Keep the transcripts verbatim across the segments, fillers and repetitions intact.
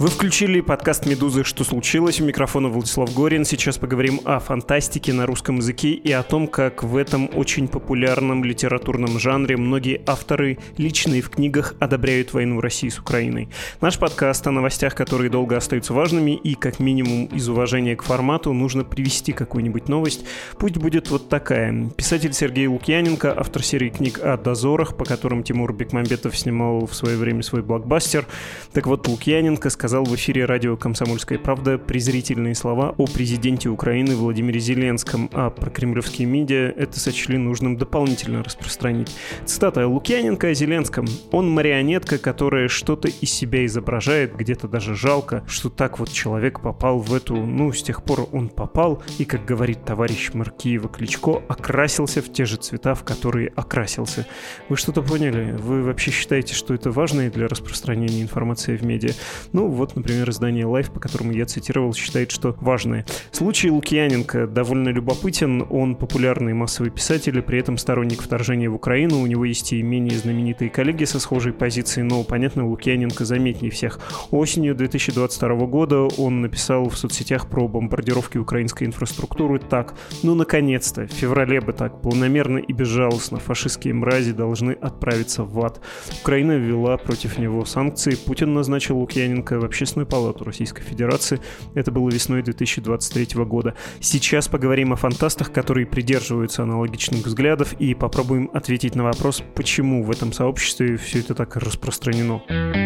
Вы включили подкаст «Медузы. Что случилось?». У микрофона Владислав Горин. Сейчас поговорим о фантастике на русском языке и о том, как в этом очень популярном литературном жанре многие авторы лично и в книгах одобряют войну России с Украиной. Наш подкаст о новостях, которые долго остаются важными, и как минимум из уважения к формату нужно привести какую-нибудь новость. Пусть будет вот такая. Писатель Сергей Лукьяненко, автор серии книг о дозорах, по которым Тимур Бекмамбетов снимал в свое время свой блокбастер. Так вот, Лукьяненко сказал в эфире радио «Комсомольская правда» презрительные слова о президенте Украины Владимире Зеленском, а про кремлевские медиа это сочли нужным дополнительно распространить. Цитата Лукьяненко о Зеленском. «Он марионетка, которая что-то из себя изображает, где-то даже жалко, что так вот человек попал в эту... Ну, с тех пор он попал, и, как говорит товарищ Маркиева Кличко, окрасился в те же цвета, в которые окрасился». Вы что-то поняли? Вы вообще считаете, что это важно для распространения информации в медиа? Ну, вот, например, издание Life, по которому я цитировал, считает, что важное. Случай Лукьяненко довольно любопытен. Он популярный массовый писатель, и при этом сторонник вторжения в Украину. У него есть и менее знаменитые коллеги со схожей позицией, но, понятно, Лукьяненко заметнее всех. Осенью две тысячи двадцать второго года он написал в соцсетях про бомбардировки украинской инфраструктуры так. Ну, наконец-то, в феврале бы так, планомерно и безжалостно фашистские мрази должны отправиться в ад. Украина ввела против него санкции. Путин назначил Лукьяненко в Общественную палату Российской Федерации. Это было весной две тысячи двадцать третьего года. Сейчас поговорим о фантастах, которые придерживаются аналогичных взглядов, и попробуем ответить на вопрос, почему в этом сообществе все это так распространено.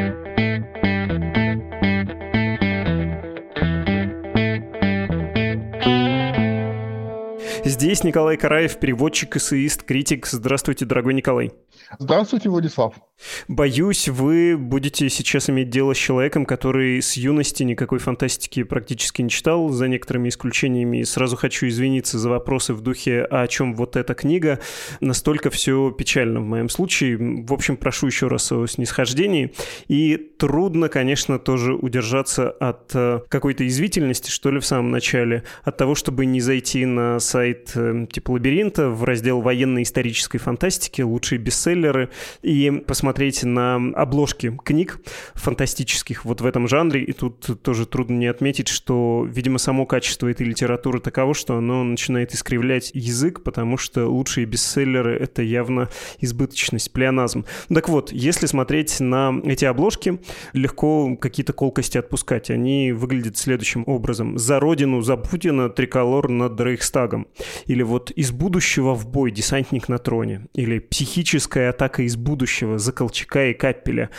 Здесь Николай Караев, переводчик, эссеист, критик. Здравствуйте, дорогой Николай. Здравствуйте, Владислав. Боюсь, вы будете сейчас иметь дело с человеком, который с юности никакой фантастики практически не читал, за некоторыми исключениями. И сразу хочу извиниться за вопросы в духе «А о чем вот эта книга?». Настолько все печально в моем случае. В общем, прошу еще раз о снисхождении. И трудно, конечно, тоже удержаться от какой-то язвительности, что ли, в самом начале, от того, чтобы не зайти на сайт типа «Лабиринта» в раздел военно-исторической фантастики, лучшие бестселлеры, и посмотреть на обложки книг фантастических вот в этом жанре. И тут тоже трудно не отметить, что, видимо, само качество этой литературы таково, что оно начинает искривлять язык, потому что лучшие бестселлеры — это явно избыточность, плеоназм. Так вот, если смотреть на эти обложки, легко какие-то колкости отпускать. Они выглядят следующим образом. «За Родину, за Путина, триколор над Рейхстагом». Или вот «Из будущего в бой, десантник на троне». Или «Психическая атака из будущего, за Колчака и Каппеля».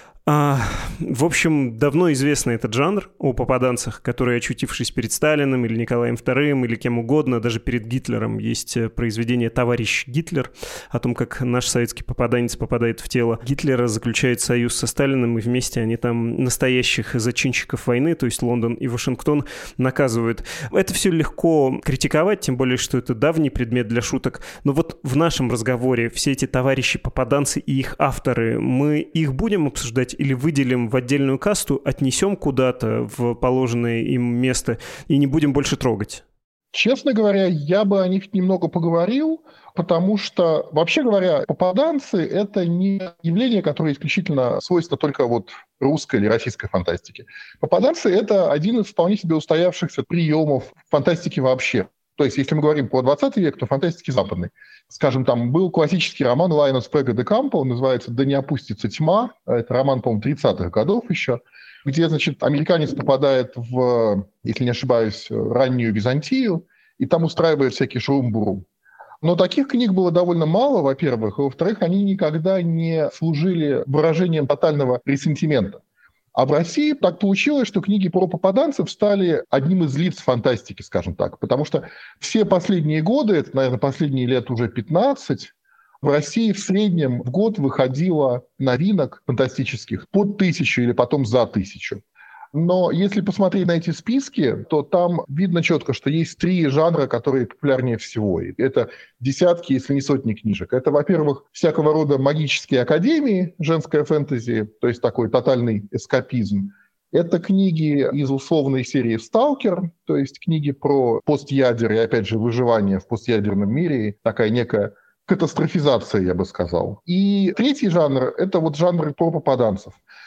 А, в общем, давно известный этот жанр о попаданцах, которые, очутившись перед Сталиным или Николаем вторым или кем угодно, даже перед Гитлером, есть произведение «Товарищ Гитлер» о том, как наш советский попаданец попадает в тело Гитлера, заключает союз со Сталиным, и вместе они там настоящих зачинщиков войны, то есть Лондон и Вашингтон, наказывают. Это все легко критиковать, тем более, что это давний предмет для шуток. Но вот в нашем разговоре все эти товарищи-попаданцы и их авторы, мы их будем обсуждать или выделим в отдельную касту, отнесем куда-то в положенное им место и не будем больше трогать? Честно говоря, я бы о них немного поговорил, потому что, вообще говоря, попаданцы — это не явление, которое исключительно свойственно только вот русской или российской фантастике. Попаданцы — это один из вполне себе устоявшихся приемов фантастики вообще. То есть, если мы говорим про двадцатый век, то фантастики западной. Скажем, там был классический роман Лайона Спрега де Кампо, он называется «Да не опустится тьма». Это роман, по-моему, тридцатых годов еще, где, значит, американец попадает в, если не ошибаюсь, раннюю Византию, и там устраивает всякий шурум-бурум. Но таких книг было довольно мало, во-первых, и, во-вторых, они никогда не служили выражением тотального ресентимента. А в России так получилось, что книги про попаданцев стали одним из лиц фантастики, скажем так. Потому что все последние годы, это, наверное, последние лет уже пятнадцать, в России в среднем в год выходило новинок фантастических под тысячу или потом за тысячу. Но если посмотреть на эти списки, то там видно четко, что есть три жанра, которые популярнее всего. И это десятки, если не сотни книжек. Это, во-первых, всякого рода магические академии, женская фэнтези, то есть такой тотальный эскапизм. Это книги из условной серии «Сталкер», то есть книги про постъядер и, опять же, выживание в постъядерном мире, такая некая катастрофизация, я бы сказал. И третий жанр — это вот жанр про попаданцев.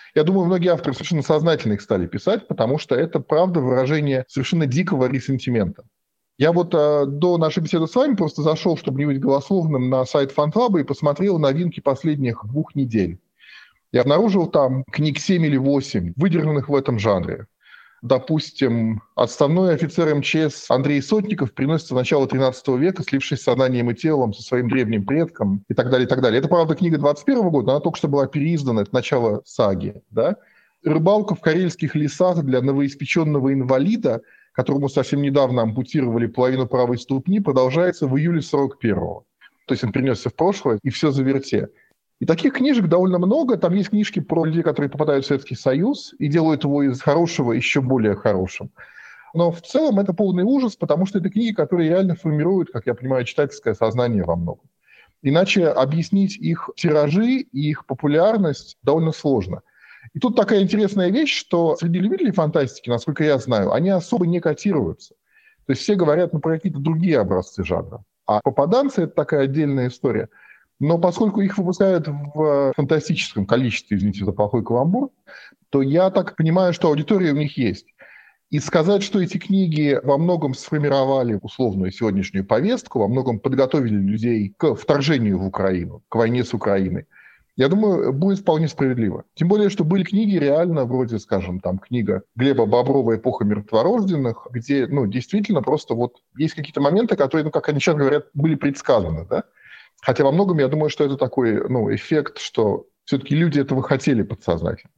Я думаю, многие авторы совершенно сознательно их стали писать, потому что это, правда, выражение совершенно дикого ресентимента. Я вот э, до нашей беседы с вами просто зашел, чтобы не быть голословным, на сайт Фанклаба и посмотрел новинки последних двух недель. Я обнаружил там книг семь или восемь, выдержанных в этом жанре. Допустим, отставной офицер эм че эс Андрей Сотников приносится в начало тринадцатого века, слившись сознанием и телом со своим древним предком и так далее, и так далее. Это, правда, книга двадцать первого года, но она только что была переиздана, это начало саги. Да? Рыбалка в карельских лесах для новоиспеченного инвалида, которому совсем недавно ампутировали половину правой ступни, продолжается в июле сорок первого. То есть он перенесся в прошлое, и все заверте. И таких книжек довольно много. Там есть книжки про людей, которые попадают в Советский Союз и делают его из хорошего еще более хорошим. Но в целом это полный ужас, потому что это книги, которые реально формируют, как я понимаю, читательское сознание во многом. Иначе объяснить их тиражи и их популярность довольно сложно. И тут такая интересная вещь, что среди любителей фантастики, насколько я знаю, они особо не котируются. То есть все говорят ну, про какие-то другие образцы жанра. А попаданцы — это такая отдельная история. Но поскольку их выпускают в фантастическом количестве, извините за плохой каламбур, то я так понимаю, что аудитория у них есть. И сказать, что эти книги во многом сформировали условную сегодняшнюю повестку, во многом подготовили людей к вторжению в Украину, к войне с Украиной, я думаю, будет вполне справедливо. Тем более, что были книги реально, вроде, скажем, там книга Глеба Боброва «Эпоха мертворожденных», где, ну, действительно просто вот есть какие-то моменты, которые, ну, как они сейчас говорят, были предсказаны, да? Хотя во многом я думаю, что это такой ну, эффект, что все-таки люди этого хотели подсознательно.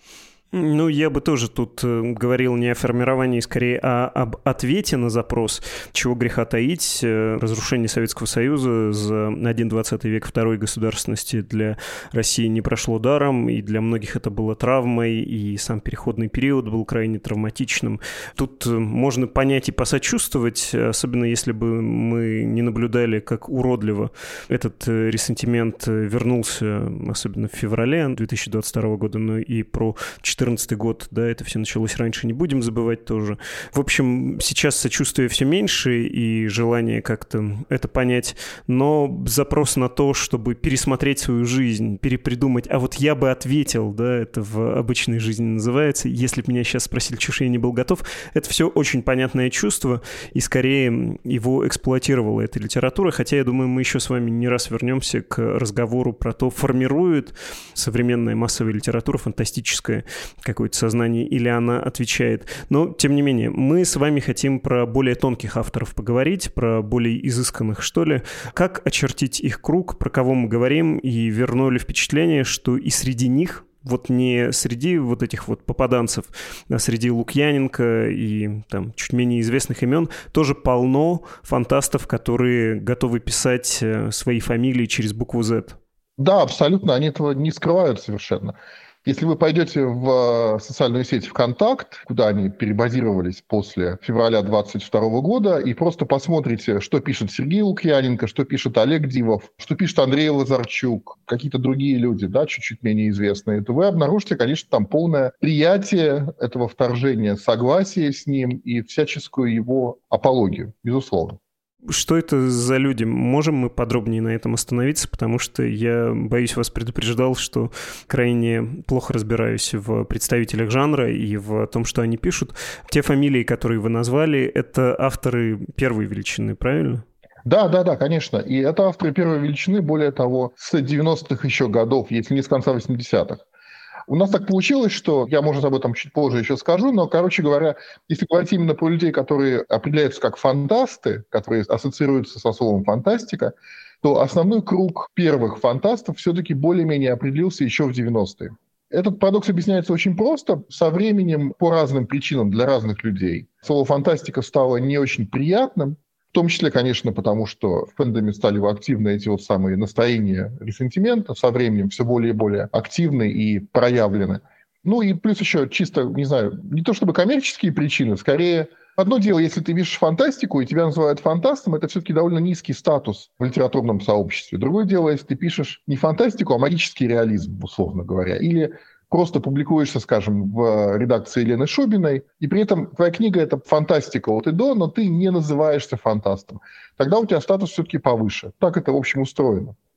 Ну, я бы тоже тут э, говорил не о формировании, скорее, а об ответе на запрос. Чего греха таить, э, разрушение Советского Союза за один двадцатый век второй государственности для России не прошло даром, и для многих это было травмой, и сам переходный период был крайне травматичным. Тут можно понять и посочувствовать, особенно если бы мы не наблюдали, как уродливо этот э, ресентимент вернулся, особенно в феврале две тысячи двадцать второго года, но и про четырнадцатый год, да, это все началось раньше, не будем забывать тоже. В общем, сейчас сочувствия все меньше и желание как-то это понять, но запрос на то, чтобы пересмотреть свою жизнь, перепридумать, а вот я бы ответил, да, это в обычной жизни называется, если бы меня сейчас спросили, чего я не был готов, это все очень понятное чувство, и скорее его эксплуатировала эта литература, хотя, я думаю, мы еще с вами не раз вернемся к разговору про то, формирует современная массовая литература, фантастическая, какое-то сознание, или она отвечает. Но, тем не менее, мы с вами хотим про более тонких авторов поговорить, про более изысканных, что ли. Как очертить их круг, про кого мы говорим, и вернули впечатление, что и среди них, вот не среди вот этих вот попаданцев, а среди Лукьяненко и там чуть менее известных имен, тоже полно фантастов, которые готовы писать свои фамилии через букву «З». Да, абсолютно, они этого не скрывают совершенно. Если вы пойдете в социальную сеть ВКонтакт, куда они перебазировались после февраля двадцать второго года, и просто посмотрите, что пишет Сергей Лукьяненко, что пишет Олег Дивов, что пишет Андрей Лазарчук, какие-то другие люди, да, чуть-чуть менее известные, то вы обнаружите, конечно, там полное приятие этого вторжения, согласие с ним и всяческую его апологию, безусловно. Что это за люди? Можем мы подробнее на этом остановиться, потому что я, боюсь, вас предупреждал, что крайне плохо разбираюсь в представителях жанра и в том, что они пишут. Те фамилии, которые вы назвали, это авторы первой величины, правильно? Да, да, да, конечно. И это авторы первой величины, более того, с девяностых еще годов, если не с конца восьмидесятых. У нас так получилось, что, я, может, об этом чуть позже еще скажу, но, короче говоря, если говорить именно про людей, которые определяются как фантасты, которые ассоциируются со словом «фантастика», то основной круг первых фантастов все-таки более-менее определился еще в девяностые. Этот парадокс объясняется очень просто. Со временем, по разным причинам для разных людей, слово «фантастика» стало не очень приятным, в том числе, конечно, потому что в фэндоме стали активны эти вот самые настроения ресентимента, со временем все более и более активны и проявлены. Ну и плюс еще чисто, не знаю, не то чтобы коммерческие причины, скорее одно дело, если ты пишешь фантастику и тебя называют фантастом, это все-таки довольно низкий статус в литературном сообществе. Другое дело, если ты пишешь не фантастику, а магический реализм, условно говоря, или просто публикуешься, скажем, в редакции Елены Шубиной, и при этом твоя книга — это фантастика от и до, но ты не называешься фантастом. Тогда у тебя статус все-таки повыше. Так это, в общем, устроено.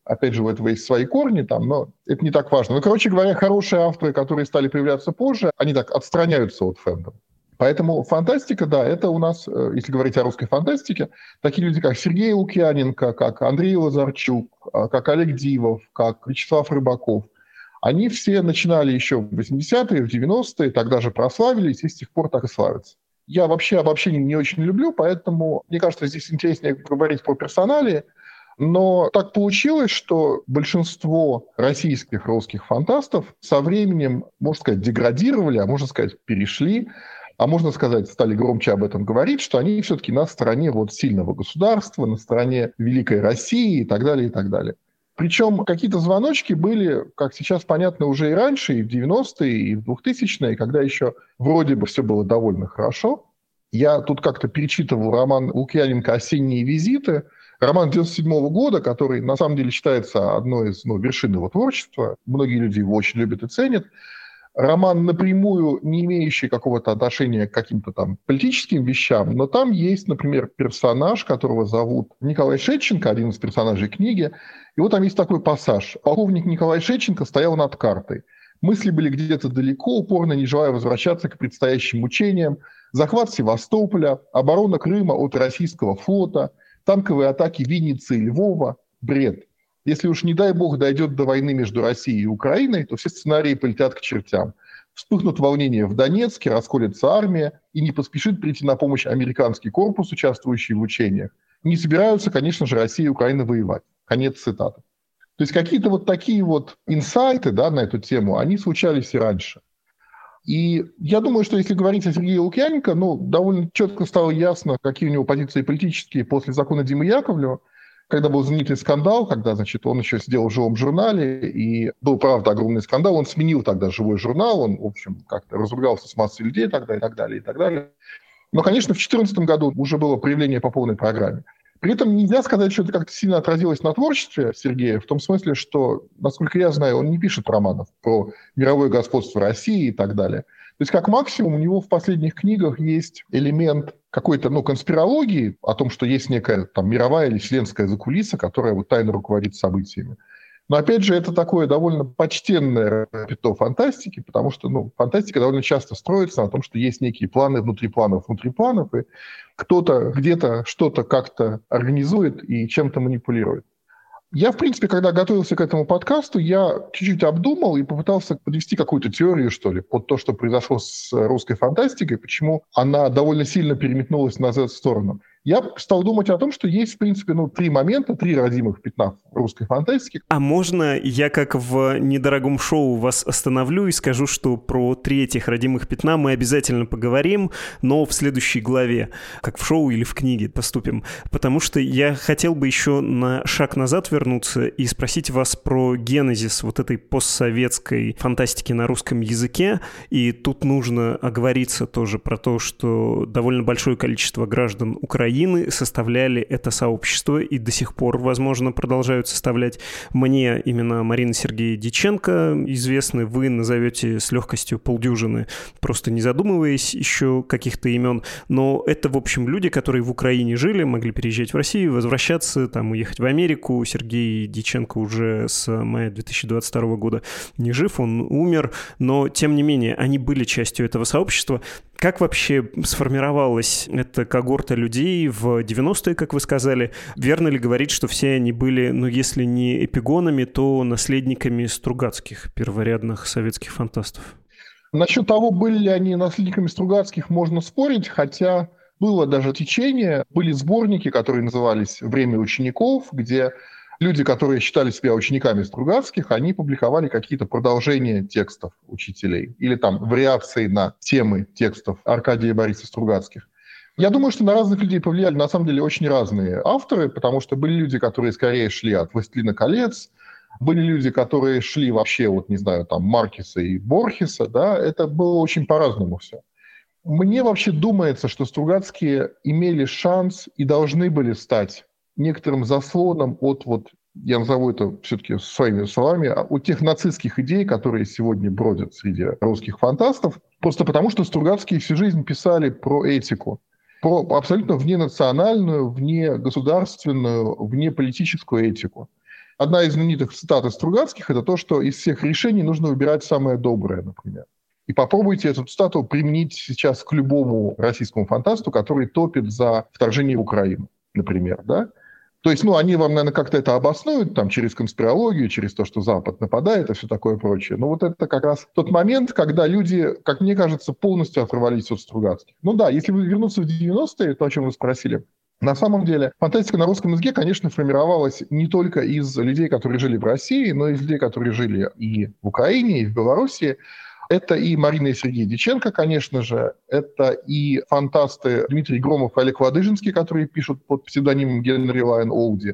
Опять же, у этого есть свои корни там, но это не так важно. Ну, короче говоря, хорошие авторы, которые стали появляться позже, они так отстраняются от фэндома. Поэтому фантастика, да, это у нас, если говорить о русской фантастике, такие люди, как Сергей Лукьяненко, как Андрей Лазарчук, как Олег Дивов, как Вячеслав Рыбаков, они все начинали еще в восьмидесятые, в девяностые, тогда же прославились и с тех пор так и славятся. Я вообще обобщение не очень люблю, поэтому, мне кажется, здесь интереснее говорить про персонали. Но так получилось, что большинство российских русских фантастов со временем, можно сказать, деградировали, а можно сказать, перешли, а можно сказать, стали громче об этом говорить, что они все-таки на стороне вот сильного государства, на стороне великой России и так далее, и так далее. Причем какие-то звоночки были, как сейчас понятно, уже и раньше, и в девяностые, и в двухтысячные, когда еще вроде бы все было довольно хорошо. Я тут как-то перечитывал роман Лукьяненко «Осенние визиты», роман девяносто седьмого года, который на самом деле считается одной из ну, вершин его творчества. Многие люди его очень любят и ценят. Роман напрямую не имеющий какого-то отношения к каким-то там политическим вещам, но там есть, например, персонаж, которого зовут Николай Шетченко, один из персонажей книги. И вот там есть такой пассаж. Полковник Николай Шетченко стоял над картой. Мысли были где-то далеко, упорно не желая возвращаться к предстоящим мучениям. Захват Севастополя, оборона Крыма от российского флота, танковые атаки Винницы и Львова – бред. Если уж, не дай бог, дойдет до войны между Россией и Украиной, то все сценарии полетят к чертям. Вспыхнут волнения в Донецке, расколется армия, и не поспешит прийти на помощь американский корпус, участвующий в учениях. Не собираются, конечно же, Россия и Украина воевать. Конец цитаты. То есть какие-то вот такие вот инсайты, да, на эту тему, они случались и раньше. И я думаю, что если говорить о Сергее Лукьяненко, ну, довольно четко стало ясно, какие у него позиции политические после закона Димы Яковлева, когда был знаменитый скандал, когда, значит, он еще сидел в живом журнале, и был, правда, огромный скандал, он сменил тогда живой журнал, он, в общем, как-то разругался с массой людей тогда и так далее, и так далее. Но, конечно, в две тысячи четырнадцатом году уже было проявление по полной программе. При этом нельзя сказать, что это как-то сильно отразилось на творчестве Сергея, в том смысле, что, насколько я знаю, он не пишет романов про мировое господство России и так далее. То есть, как максимум, у него в последних книгах есть элемент какой-то, ну, конспирологии о том, что есть некая там мировая или вселенская закулиса, которая вот тайно руководит событиями. Но, опять же, это такое довольно почтенное пятно фантастики, потому что, ну, фантастика довольно часто строится на том, что есть некие планы внутри планов, внутри планов, и кто-то где-то что-то как-то организует и чем-то манипулирует. Я, в принципе, когда готовился к этому подкасту, я чуть-чуть обдумал и попытался подвести какую-то теорию, что ли, под то, что произошло с русской фантастикой, почему она довольно сильно переметнулась на Z-сторону. Я стал думать о том, что есть, в принципе, ну, три момента, три родимых пятна русской фантастики. А можно я, как в недорогом шоу, вас остановлю и скажу, что про три этих родимых пятна мы обязательно поговорим, но в следующей главе, как в шоу или в книге поступим. Потому что я хотел бы еще на шаг назад вернуться и спросить вас про генезис вот этой постсоветской фантастики на русском языке. И тут нужно оговориться тоже про то, что довольно большое количество граждан Украины составляли это сообщество и до сих пор, возможно, продолжают составлять. Мне именно Марина Сергея Дьяченко известны, вы назовете с легкостью полдюжины, просто не задумываясь еще каких-то имен. Но это, в общем, люди, которые в Украине жили, могли переезжать в Россию, возвращаться, там, уехать в Америку. Сергей Дьяченко уже с мая две тысячи двадцать второго года не жив, он умер, но, тем не менее, они были частью этого сообщества. Как вообще сформировалась эта когорта людей в девяностые, как вы сказали? Верно ли говорить, что все они были, ну, если не эпигонами, то наследниками Стругацких, перворядных советских фантастов? Насчет того, были ли они наследниками Стругацких, можно спорить, хотя было даже течение, были сборники, которые назывались «Время учеников», где люди, которые считали себя учениками Стругацких, они публиковали какие-то продолжения текстов учителей или там вариации на темы текстов Аркадия и Бориса Стругацких. Я думаю, что на разных людей повлияли на самом деле очень разные авторы, потому что были люди, которые скорее шли от «Властелина колец», были люди, которые шли вообще, вот не знаю, там Маркеса и Борхеса, да, это было очень по-разному все. Мне вообще думается, что Стругацкие имели шанс и должны были стать некоторым заслоном от, вот, я назову это все-таки своими словами, от тех нацистских идей, которые сегодня бродят среди русских фантастов, просто потому что Стругацкие всю жизнь писали про этику, про абсолютно вненациональную, внегосударственную, внеполитическую этику. Одна из знаменитых цитат из Стругацких – это то, что из всех решений нужно выбирать самое доброе, например. И попробуйте эту цитату применить сейчас к любому российскому фантасту, который топит за вторжение в Украину, например, да? То есть, ну, они вам, наверное, как-то это обоснуют, там, через конспирологию, через то, что Запад нападает и все такое прочее. Но вот это как раз тот момент, когда люди, как мне кажется, полностью оторвались от Стругацких. Ну да, если вы вернуться в девяностые, то, о чем вы спросили, на самом деле фантастика на русском языке, конечно, формировалась не только из людей, которые жили в России, но и из людей, которые жили и в Украине, и в Белоруссии. Это и Марина и Сергей Дьяченко, конечно же, это и фантасты Дмитрий Громов и Олег Ладыжинский, которые пишут под псевдонимом Генри Лайн Олди.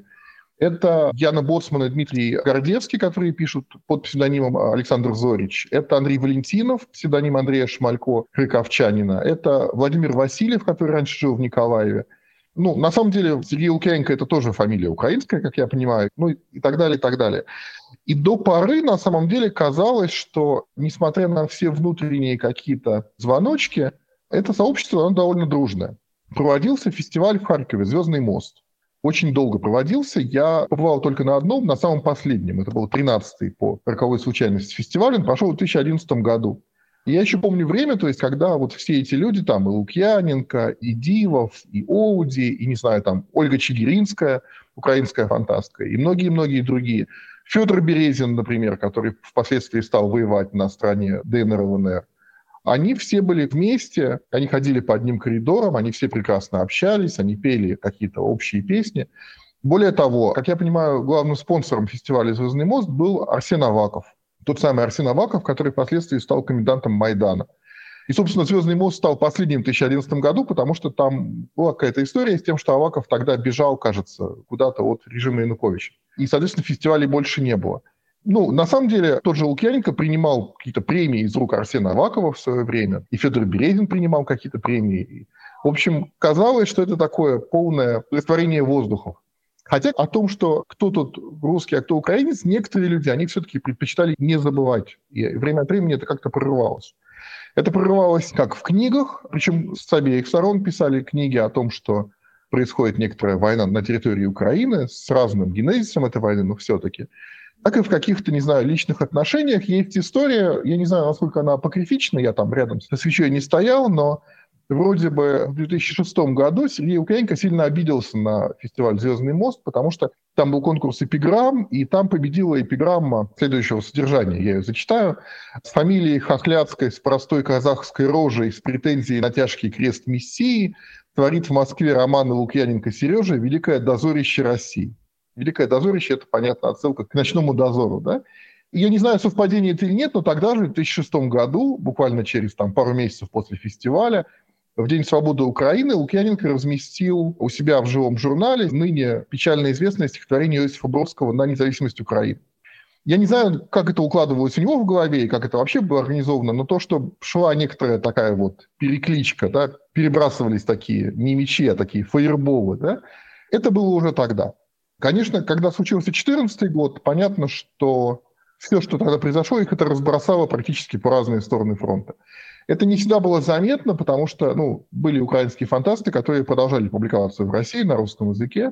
Это Яна Боцман и Дмитрий Гордевский, которые пишут под псевдонимом Александр Зорич. Это Андрей Валентинов, псевдоним Андрея Шмалько, Крыковчанина. Это Владимир Васильев, который раньше жил в Николаеве. Ну, на самом деле, Сергей Лукьяненко – это тоже фамилия украинская, как я понимаю, ну и так далее, и так далее. И до поры, на самом деле, казалось, что, несмотря на все внутренние какие-то звоночки, это сообщество, оно довольно дружное. Проводился фестиваль в Харькове «Звездный мост». Очень долго проводился. Я побывал только на одном, на самом последнем. Это был тринадцатый по роковой случайности фестиваль. Он прошел в две тысячи одиннадцатом году. И я еще помню время, то есть, когда вот все эти люди, там, и Лукьяненко, и Дивов, и Оуди, и, не знаю, там, Ольга Чигиринская, украинская фантастка, и многие-многие другие. Федор Березин, например, который впоследствии стал воевать на стороне ДНР, ЛНР, они все были вместе, они ходили по одним коридорам, они все прекрасно общались, они пели какие-то общие песни. Более того, как я понимаю, главным спонсором фестиваля «Звездный мост» был Арсен Аваков. Тот самый Арсен Аваков, который впоследствии стал комендантом Майдана. И, собственно, «Звездный мост» стал последним в две тысячи одиннадцатом году, потому что там была какая-то история с тем, что Аваков тогда бежал, кажется, куда-то от режима Януковича. И, соответственно, фестивалей больше не было. Ну, на самом деле, тот же Лукьяненко принимал какие-то премии из рук Арсена Авакова в свое время, и Федор Березин принимал какие-то премии. В общем, казалось, что это такое полное растворение воздухов. Хотя о том, что кто тут русский, а кто украинец, некоторые люди, они все-таки предпочитали не забывать. И время от времени это как-то прорывалось. Это прорывалось как в книгах, причем с обеих сторон писали книги о том, что происходит некоторая война на территории Украины с разным генезисом этой войны, но все-таки. Так и в каких-то, не знаю, личных отношениях есть история, я не знаю, насколько она апокрифична, я там рядом со свечой не стоял, но вроде бы в две тысячи шестом году Сергей Лукьяненко сильно обиделся на фестиваль «Звездный мост», потому что там был конкурс эпиграмм, и там победила эпиграмма следующего содержания. Я ее зачитаю. С фамилией Хохляцкой, с простой казахской рожей, с претензией на тяжкий крест Мессии творит в Москве романы Лукьяненко Сережа «Великое дозорище России». «Великое дозорище» — это, понятно, отсылка к «Ночному дозору», да? И я не знаю, совпадение это или нет, но тогда же, в две тысячи шестом году, буквально через там, пару месяцев после фестиваля, в День свободы Украины Лукьяненко разместил у себя в живом журнале ныне печально известное стихотворение Иосифа Бродского «На независимость Украины». Я не знаю, как это укладывалось у него в голове и как это вообще было организовано, но то, что шла некоторая такая вот перекличка, да, перебрасывались такие не мечи, а такие фаерболы, да, это было уже тогда. Конечно, когда случился две тысячи четырнадцатый год, понятно, что все, что тогда произошло, их это разбросало практически по разные стороны фронта. Это не всегда было заметно, потому что ну, были украинские фантасты, которые продолжали публиковаться в России на русском языке,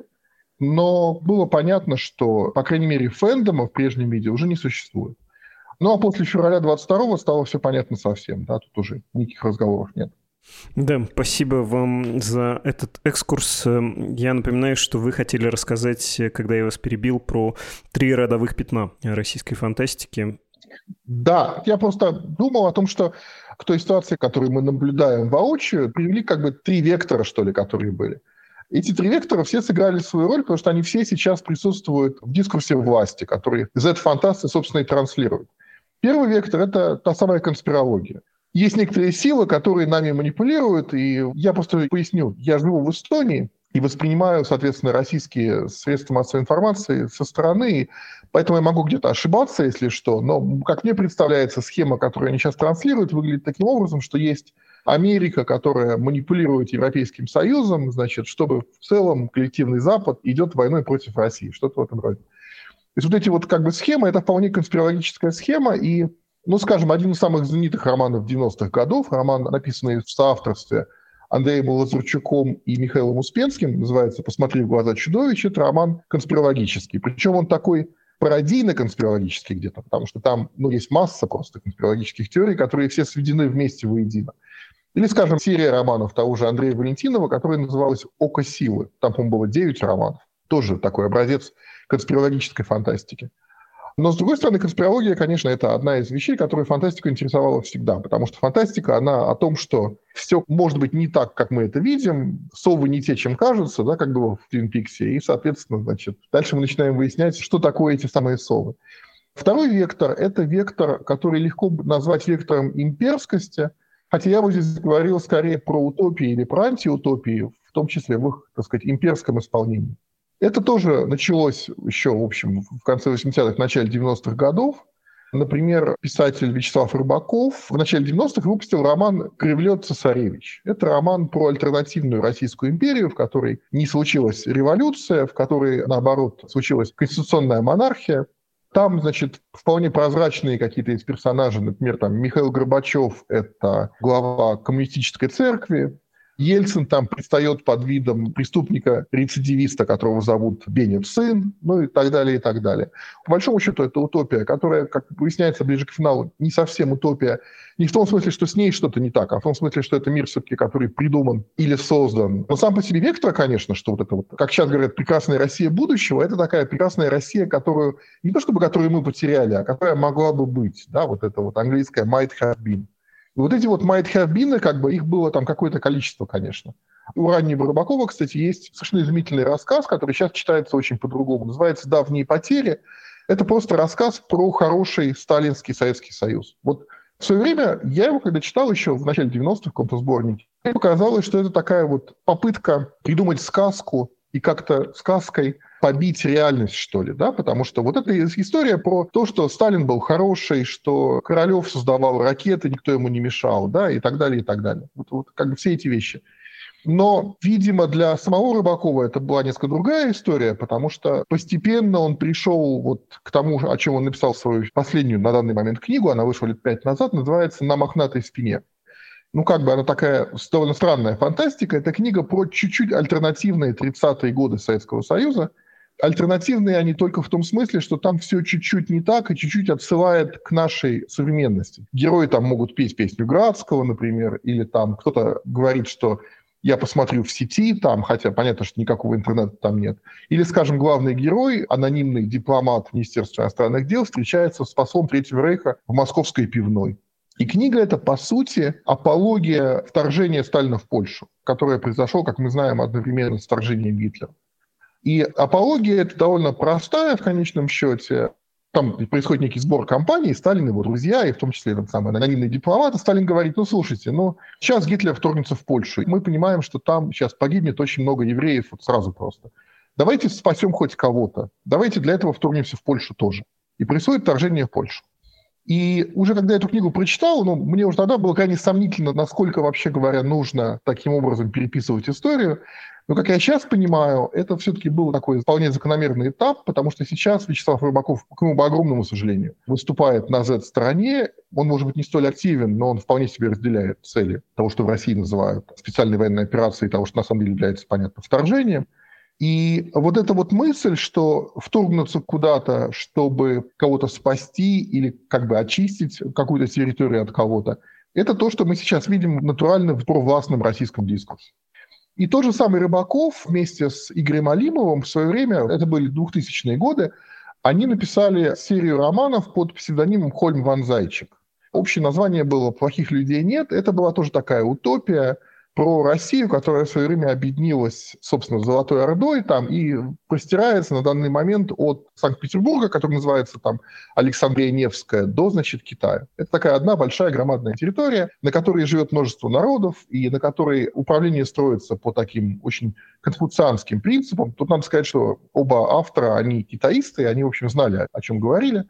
но было понятно, что, по крайней мере, фэндома в прежнем виде уже не существует. Ну а после февраля двадцать второго стало все понятно совсем, да, тут уже никаких разговоров нет. Да, спасибо вам за этот экскурс. Я напоминаю, что вы хотели рассказать, когда я вас перебил, про три родовых пятна российской фантастики. Да, я просто думал о том, что к той ситуации, которую мы наблюдаем воочию, привели как бы три вектора, что ли, которые были. Эти три вектора все сыграли свою роль, потому что они все сейчас присутствуют в дискурсе власти, который Z-фантасты, собственно, и транслируют. Первый вектор — это та самая конспирология. Есть некоторые силы, которые нами манипулируют, и я просто поясню. Я живу в Эстонии и воспринимаю, соответственно, российские средства массовой информации со стороны, поэтому я могу где-то ошибаться, если что, но, как мне представляется, схема, которую они сейчас транслируют, выглядит таким образом, что есть Америка, которая манипулирует Европейским Союзом, значит, чтобы в целом коллективный Запад идет войной против России, что-то в этом роде. То есть вот эти вот как бы схемы, это вполне конспирологическая схема, и ну, скажем, один из самых знаменитых романов девяностых годов, роман, написанный в соавторстве Андреем Лазарчуком и Михаилом Успенским, называется «Посмотри в глаза чудовищ», это роман конспирологический. Причем он такой пародийно-конспирологический где-то, потому что там ну, есть масса просто конспирологических теорий, которые все сведены вместе воедино. Или, скажем, серия романов того же Андрея Валентинова, которая называлась «Око силы». Там, по-моему, было девять романов. Тоже такой образец конспирологической фантастики. Но, с другой стороны, конспирология, конечно, это одна из вещей, которая фантастику интересовала всегда, потому что фантастика, она о том, что все может быть не так, как мы это видим, совы не те, чем кажутся, да, как было в Твин Пиксе, и, соответственно, значит, дальше мы начинаем выяснять, что такое эти самые совы. Второй вектор – это вектор, который легко назвать вектором имперскости, хотя я бы здесь говорил скорее про утопии или про антиутопии, в том числе в их, так сказать, имперском исполнении. Это тоже началось еще, в общем, в конце восьмидесятых, в начале девяностых годов. Например, писатель Вячеслав Рыбаков в начале девяностых выпустил роман «Кривлет-цесаревич». Это роман про альтернативную Российскую империю, в которой не случилась революция, в которой, наоборот, случилась конституционная монархия. Там, значит, вполне прозрачные какие-то из персонажей, например, там Михаил Горбачев – это глава коммунистической церкви, Ельцин там предстает под видом преступника-рецидивиста, которого зовут Бенин сын, ну и так далее, и так далее. По большому счету, это утопия, которая, как выясняется ближе к финалу, не совсем утопия. Не в том смысле, что с ней что-то не так, а в том смысле, что это мир все-таки, который придуман или создан. Но сам по себе вектор, конечно, что вот это вот, как сейчас говорят, прекрасная Россия будущего, это такая прекрасная Россия, которую, не то чтобы которую мы потеряли, а которая могла бы быть. Да, вот это вот английское might have been. И вот эти вот might have been, как бы их было там какое-то количество, конечно. У раннего Рыбакова, кстати, есть совершенно изумительный рассказ, который сейчас читается очень по-другому. Называется «Давние потери». Это просто рассказ про хороший сталинский Советский Союз. Вот в свое время я его, когда читал еще в начале девяностых в каком-то сборнике, мне показалось, что это такая вот попытка придумать сказку и как-то сказкой побить реальность, что ли, да, потому что вот эта история про то, что Сталин был хороший, что Королев создавал ракеты, никто ему не мешал, да, и так далее, и так далее. Вот, вот как бы все эти вещи. Но, видимо, для самого Рыбакова это была несколько другая история, потому что постепенно он пришел вот к тому, о чем он написал свою последнюю на данный момент книгу, она вышла лет пять назад, называется «На мохнатой спине». Ну, как бы она такая довольно странная фантастика. Это книга про чуть-чуть альтернативные тридцатые годы Советского Союза. Альтернативные они только в том смысле, что там все чуть-чуть не так и чуть-чуть отсылает к нашей современности. Герои там могут петь песню Градского, например, или там кто-то говорит, что я посмотрю в сети, там, хотя понятно, что никакого интернета там нет. Или, скажем, главный герой, анонимный дипломат Министерства иностранных дел, встречается с послом Третьего Рейха в московской пивной. И книга эта, по сути, апология вторжения Сталина в Польшу, которое произошло, как мы знаем, одновременно с вторжением Гитлера. И апология эта довольно простая в конечном счете. Там происходит некий сбор компаний, Сталин, его друзья, и в том числе этот самый анонимный дипломат. И Сталин говорит, ну, слушайте, ну, сейчас Гитлер вторгнется в Польшу. Мы понимаем, что там сейчас погибнет очень много евреев, вот сразу просто. Давайте спасем хоть кого-то. Давайте для этого вторгнемся в Польшу тоже. И происходит вторжение в Польшу. И уже когда я эту книгу прочитал, ну, мне уже тогда было крайне сомнительно, насколько, вообще говоря, нужно таким образом переписывать историю. Но, как я сейчас понимаю, это все-таки был такой вполне закономерный этап, потому что сейчас Вячеслав Рыбаков, к моему огромному сожалению, выступает на зет-стороне. Он, может быть, не столь активен, но он вполне себе разделяет цели того, что в России называют специальной военной операцией, того, что на самом деле является, понятно, вторжением. И вот эта вот мысль, что вторгнуться куда-то, чтобы кого-то спасти или как бы очистить какую-то территорию от кого-то, это то, что мы сейчас видим натурально в провластном российском дискурсе. И тот же самый Рыбаков вместе с Игорем Алимовым в свое время, это были двухтысячные годы, они написали серию романов под псевдонимом Хольм ван Зайчик. Общее название было «Плохих людей нет». Это была тоже такая утопия про Россию, которая в свое время объединилась, собственно, с Золотой Ордой там, и простирается на данный момент от Санкт-Петербурга, который называется там Александрия Невская, до, значит, Китая. Это такая одна большая громадная территория, на которой живет множество народов, и на которой управление строится по таким очень конфуцианским принципам. Тут надо сказать, что оба автора, они китаисты, и они, в общем, знали, о чем говорили.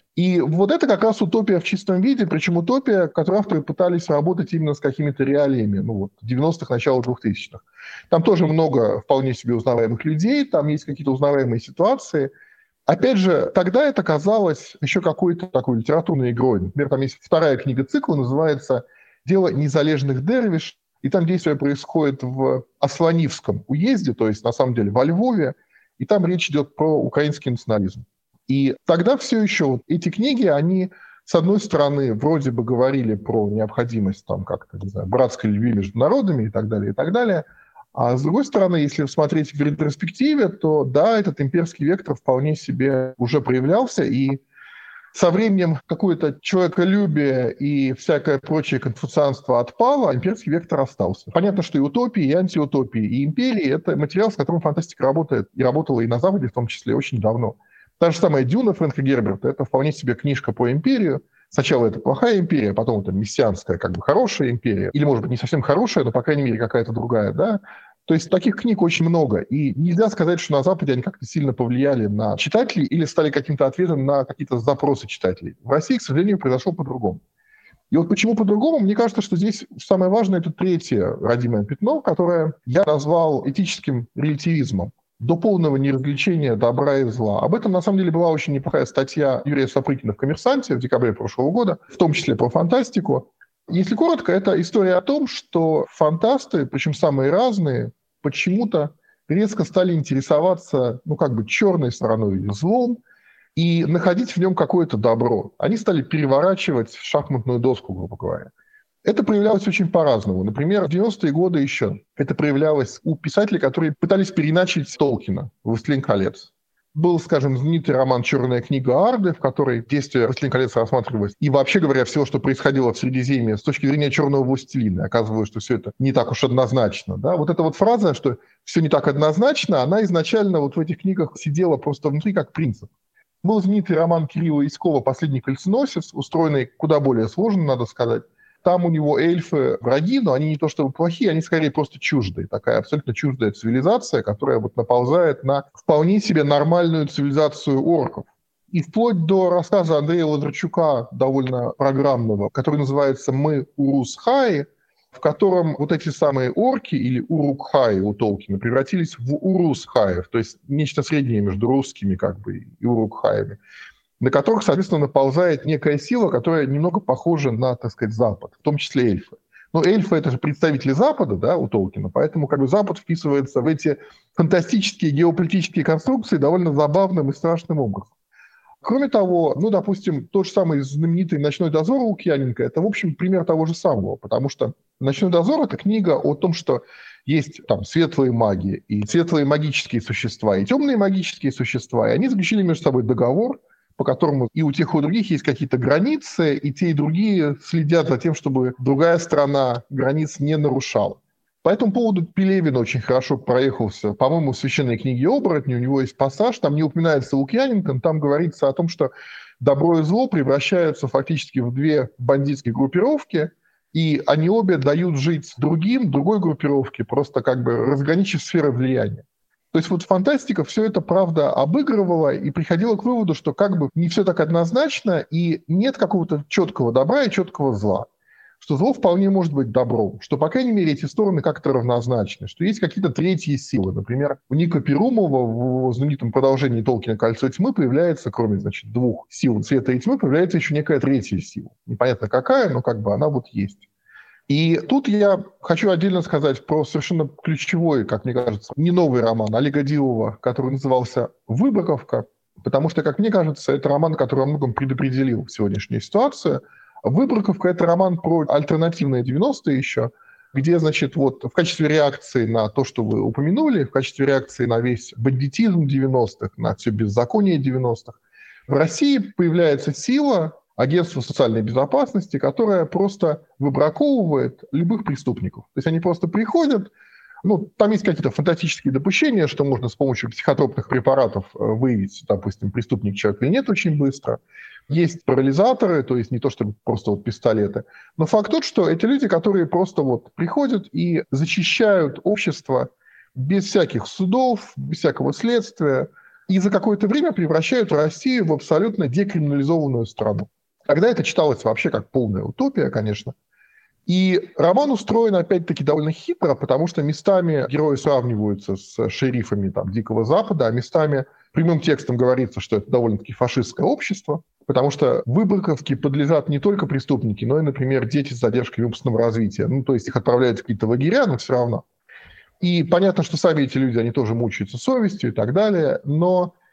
И вот это как раз утопия в чистом виде, причем утопия, в которой авторы пытались работать именно с какими-то реалиями, ну вот, девяностых, начала двухтысячных. Там тоже много вполне себе узнаваемых людей, там есть какие-то узнаваемые ситуации. Опять же, тогда это казалось еще какой-то такой литературной игрой. Например, там есть вторая книга цикла, называется «Дело незалежных дервиш», и там действие происходит в Асланивском уезде, то есть на самом деле во Львове, и там речь идет про украинский национализм. И тогда все еще вот эти книги, они, с одной стороны, вроде бы говорили про необходимость там как-то, не знаю, братской любви между народами и так далее, и так далее. А с другой стороны, если смотреть в ретроспективе, то да, этот имперский вектор вполне себе уже проявлялся, и со временем какое-то человеколюбие и всякое прочее конфуцианство отпало, а имперский вектор остался. Понятно, что и утопии, и антиутопии, и империи — это материал, с которым фантастика работает, и работала и на Западе в том числе очень давно. Та же самая «Дюна» Фрэнка Герберта — это вполне себе книжка про империю. Сначала это плохая империя, потом это мессианская, как бы хорошая империя, или, может быть, не совсем хорошая, но, по крайней мере, какая-то другая, да. То есть таких книг очень много, и нельзя сказать, что на Западе они как-то сильно повлияли на читателей или стали каким-то ответом на какие-то запросы читателей. В России, к сожалению, произошло по-другому. И вот почему по-другому? Мне кажется, что здесь самое важное — это третье родимое пятно, которое я назвал этическим релятивизмом. До полного неразличения добра и зла. Об этом, на самом деле, была очень неплохая статья Юрия Сапрыкина в «Коммерсанте» в декабре прошлого года, в том числе про фантастику. Если коротко, это история о том, что фантасты, причем самые разные, почему-то резко стали интересоваться, ну, как бы черной стороной или злом, и находить в нем какое-то добро. Они стали переворачивать шахматную доску, грубо говоря. Это проявлялось очень по-разному. Например, в девяностые годы еще это проявлялось у писателей, которые пытались переиначить Толкина «Властелин колец». Был, скажем, знаменитый роман «Черная книга Арды», в которой действие «Властелин колец» рассматривалось. И вообще говоря, все, что происходило в Средиземье с точки зрения черного властелина, оказывалось, что все это не так уж однозначно. Да? Вот эта вот фраза, что все не так однозначно, она изначально вот в этих книгах сидела просто внутри как принцип. Был знаменитый роман Кирилла Яськова «Последний кольценосец», устроенный куда более сложно, надо сказать. Там у него эльфы враги, но они не то чтобы плохие, они скорее просто чуждые. Такая абсолютно чуждая цивилизация, которая вот наползает на вполне себе нормальную цивилизацию орков. И вплоть до рассказа Андрея Лазарчука, довольно программного, который называется «Мы Урус-Хаи», в котором вот эти самые орки или Урук-Хаи у Толкина превратились в Урус-Хаев, то есть нечто среднее между русскими как бы и Урук-Хаями, на которых, соответственно, наползает некая сила, которая немного похожа на, так сказать, Запад, в том числе эльфы. Но эльфы — это же представители Запада, да, у Толкина, поэтому как бы Запад вписывается в эти фантастические геополитические конструкции довольно забавным и страшным образом. Кроме того, ну, допустим, тот же самый знаменитый «Ночной дозор» Лукьяненко — это, в общем, пример того же самого, потому что «Ночной дозор» — это книга о том, что есть там светлые маги, и светлые магические существа, и темные магические существа, и они заключили между собой договор, по которому и у тех, и у других есть какие-то границы, и те, и другие следят за тем, чтобы другая страна границ не нарушала. По этому поводу Пелевин очень хорошо проехался, по-моему, в «Священной книге оборотни», у него есть пассаж, там не упоминается Лукьяненко, там говорится о том, что добро и зло превращаются фактически в две бандитские группировки, и они обе дают жить другим, другой группировке, просто как бы разграничив сферы влияния. То есть вот фантастика все это, правда, обыгрывала и приходила к выводу, что как бы не все так однозначно, и нет какого-то четкого добра и четкого зла. Что зло вполне может быть добром, что, по крайней мере, эти стороны как-то равнозначны, что есть какие-то третьи силы. Например, у Ника Перумова в его знаменитом продолжении Толкина «Кольцо тьмы» появляется, кроме, значит, двух сил света и тьмы, появляется еще некая третья сила. Непонятно какая, но как бы она вот есть. И тут я хочу отдельно сказать про совершенно ключевой, как мне кажется, не новый роман Олега Дилова, который назывался «Выборковка», потому что, как мне кажется, это роман, который во многом предопределил сегодняшнюю ситуацию. «Выборковка» — это роман про альтернативные девяностые еще, где, значит, вот в качестве реакции на то, что вы упомянули, в качестве реакции на весь бандитизм девяностых, на все беззаконие девяностых, в России появляется сила, агентство социальной безопасности, которое просто выбраковывает любых преступников. То есть они просто приходят, ну, там есть какие-то фантастические допущения, что можно с помощью психотропных препаратов выявить, допустим, преступник человек или нет очень быстро. Есть парализаторы, то есть не то чтобы просто вот пистолеты. Но факт тот, что эти люди, которые просто вот приходят и зачищают общество без всяких судов, без всякого следствия, и за какое-то время превращают Россию в абсолютно декриминализованную страну. Тогда это читалось вообще как полная утопия, конечно. И роман устроен, опять-таки, довольно хитро, потому что местами герои сравниваются с шерифами там, Дикого Запада, а местами прямым текстом говорится, что это довольно-таки фашистское общество, потому что Выборковке подлежат не только преступники, но и, например, дети с задержкой умственного развития. Ну, то есть их отправляют в какие-то лагеря, но все равно. И понятно, что сами эти люди, они тоже мучаются совестью и так далее, но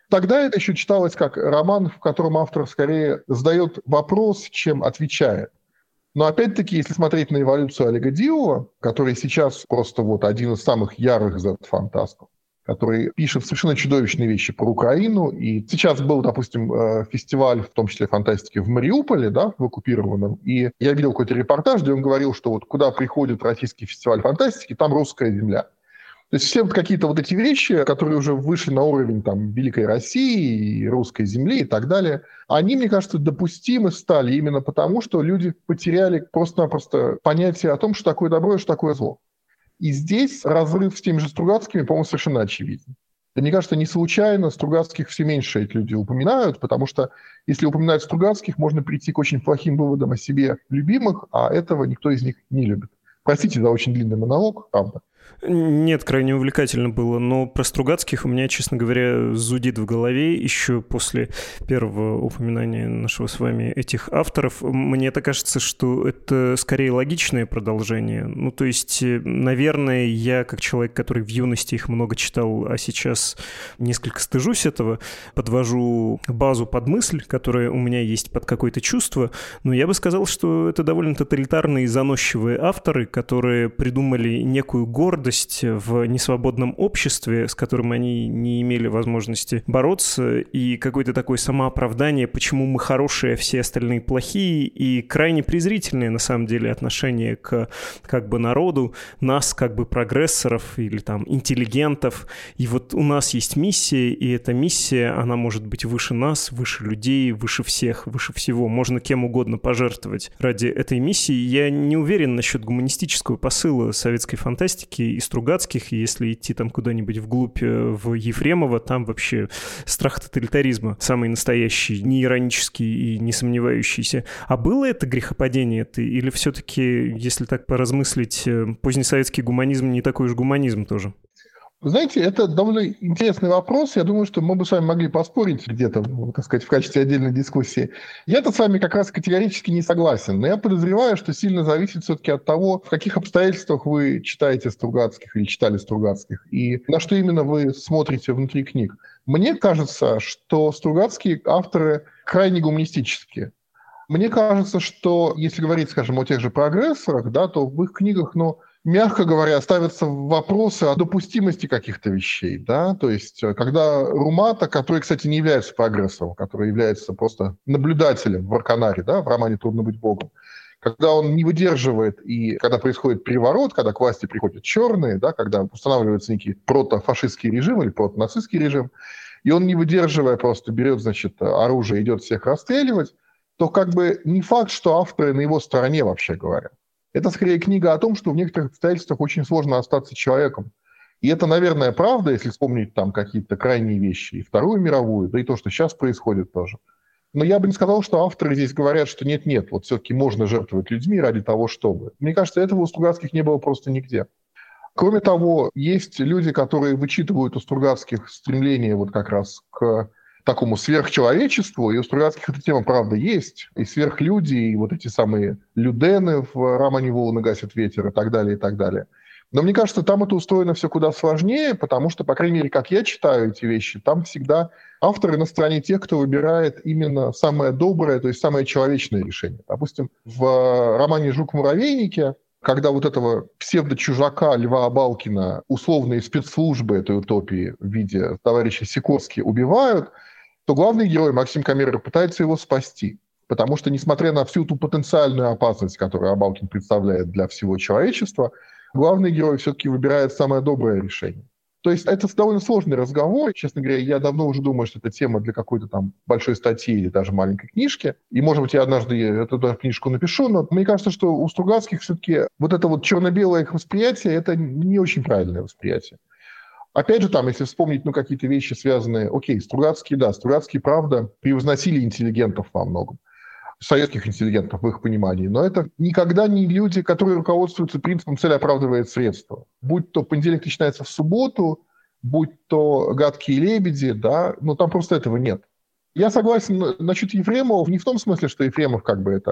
Тогда это еще читалось как роман, в котором автор скорее задает вопрос, чем отвечает. Но опять-таки, если смотреть на эволюцию Олега Диова, который сейчас просто вот один из самых ярых зет-фантастов, который пишет совершенно чудовищные вещи про Украину. И сейчас был, допустим, фестиваль, в том числе фантастики, в Мариуполе, да, в оккупированном. И я видел какой-то репортаж, где он говорил, что вот куда приходит российский фестиваль фантастики, там русская земля. То есть все вот какие-то вот эти вещи, которые уже вышли на уровень там, Великой России и русской земли и так далее, они, мне кажется, допустимы стали именно потому, что люди потеряли просто-напросто понятие о том, что такое добро и что такое зло. И здесь разрыв с теми же Стругацкими, по-моему, совершенно очевиден. И мне кажется, не случайно Стругацких все меньше эти люди упоминают, потому что если упоминать Стругацких, можно прийти к очень плохим выводам о себе любимых, а этого никто из них не любит. Простите за очень длинный монолог, правда. Нет, крайне увлекательно было, но про Стругацких у меня, честно говоря, зудит в голове еще после первого упоминания нашего с вами этих авторов. Мне так кажется, что это скорее логичное продолжение. Ну, то есть, наверное, я, как человек, который в юности их много читал, а сейчас несколько стыжусь этого, подвожу базу под мысль, которая у меня есть под какое-то чувство, но я бы сказал, что это довольно тоталитарные и заносчивые авторы, которые придумали некую гордость в несвободном обществе, с которым они не имели возможности бороться, и какое-то такое самооправдание, почему мы хорошие, а все остальные плохие, и крайне презрительное, на самом деле, отношение к как бы народу, нас как бы прогрессоров или там интеллигентов. И вот у нас есть миссия, и эта миссия, она может быть выше нас, выше людей, выше всех, выше всего. Можно кем угодно пожертвовать ради этой миссии. Я не уверен насчет гуманистического посыла советской фантастики и Стругацких, если идти там куда-нибудь вглубь в Ефремова, там вообще страх тоталитаризма самый настоящий, не иронический и не сомневающийся. А было это грехопадение это, или все-таки, если так поразмыслить, позднесоветский гуманизм не такой уж гуманизм тоже? Вы знаете, это довольно интересный вопрос. Я думаю, что мы бы с вами могли поспорить где-то, так сказать, в качестве отдельной дискуссии. Я-то с вами как раз категорически не согласен, но я подозреваю, что сильно зависит все-таки от того, в каких обстоятельствах вы читаете Стругацких или читали Стругацких, и на что именно вы смотрите внутри книг. Мне кажется, что Стругацкие авторы крайне гуманистические. Мне кажется, что если говорить, скажем, о тех же прогрессорах, да, то в их книгах, ну, мягко говоря, ставятся вопросы о допустимости каких-то вещей, да, то есть когда Румата, который, кстати, не является прогрессором, который является просто наблюдателем в Арканаре, да, в романе «Трудно быть богом», когда он не выдерживает, и когда происходит переворот, когда к власти приходят черные, да, когда устанавливается некий протофашистский режим или протонацистский режим, и он, не выдерживая, просто берет, значит, оружие и идет всех расстреливать, то как бы не факт, что авторы на его стороне, вообще говоря. Это скорее книга о том, что в некоторых обстоятельствах очень сложно остаться человеком. И это, наверное, правда, если вспомнить там какие-то крайние вещи, и Вторую мировую, да и то, что сейчас происходит тоже. Но я бы не сказал, что авторы здесь говорят, что нет-нет, вот все-таки можно жертвовать людьми ради того, чтобы. Мне кажется, этого у Стругацких не было просто нигде. Кроме того, есть люди, которые вычитывают у Стругацких стремление вот как раз к такому сверхчеловечеству, и у Стругацких эта тема, правда, есть, и сверхлюди, и вот эти самые людены в романе «Волны гасят ветер» и так далее, и так далее. Но мне кажется, там это устроено все куда сложнее, потому что, по крайней мере, как я читаю эти вещи, там всегда авторы на стороне тех, кто выбирает именно самое доброе, то есть самое человечное решение. Допустим, в романе «Жук-муравейнике», когда вот этого псевдо-чужака Льва Абалкина условные спецслужбы этой утопии в виде товарища Сикорски убивают, то главный герой Максим Камерер пытается его спасти. Потому что, несмотря на всю ту потенциальную опасность, которую Абалкин представляет для всего человечества, главный герой все-таки выбирает самое доброе решение. То есть это довольно сложный разговор. Честно говоря, я давно уже думаю, что это тема для какой-то там большой статьи или даже маленькой книжки. И, может быть, я однажды эту книжку напишу, но мне кажется, что у Стругацких все-таки вот это вот черно-белое их восприятие, это не очень правильное восприятие. Опять же, там, если вспомнить ну, какие-то вещи, связанные... Окей, Стругацкие, да, Стругацкие, правда, превозносили интеллигентов во многом. Советских интеллигентов в их понимании. Но это никогда не люди, которые руководствуются принципом «цель оправдывает средства». Будь то понедельник начинается в субботу, будь то «Гадкие лебеди», да, но там просто этого нет. Я согласен насчет Ефремова не в том смысле, что Ефремов как бы это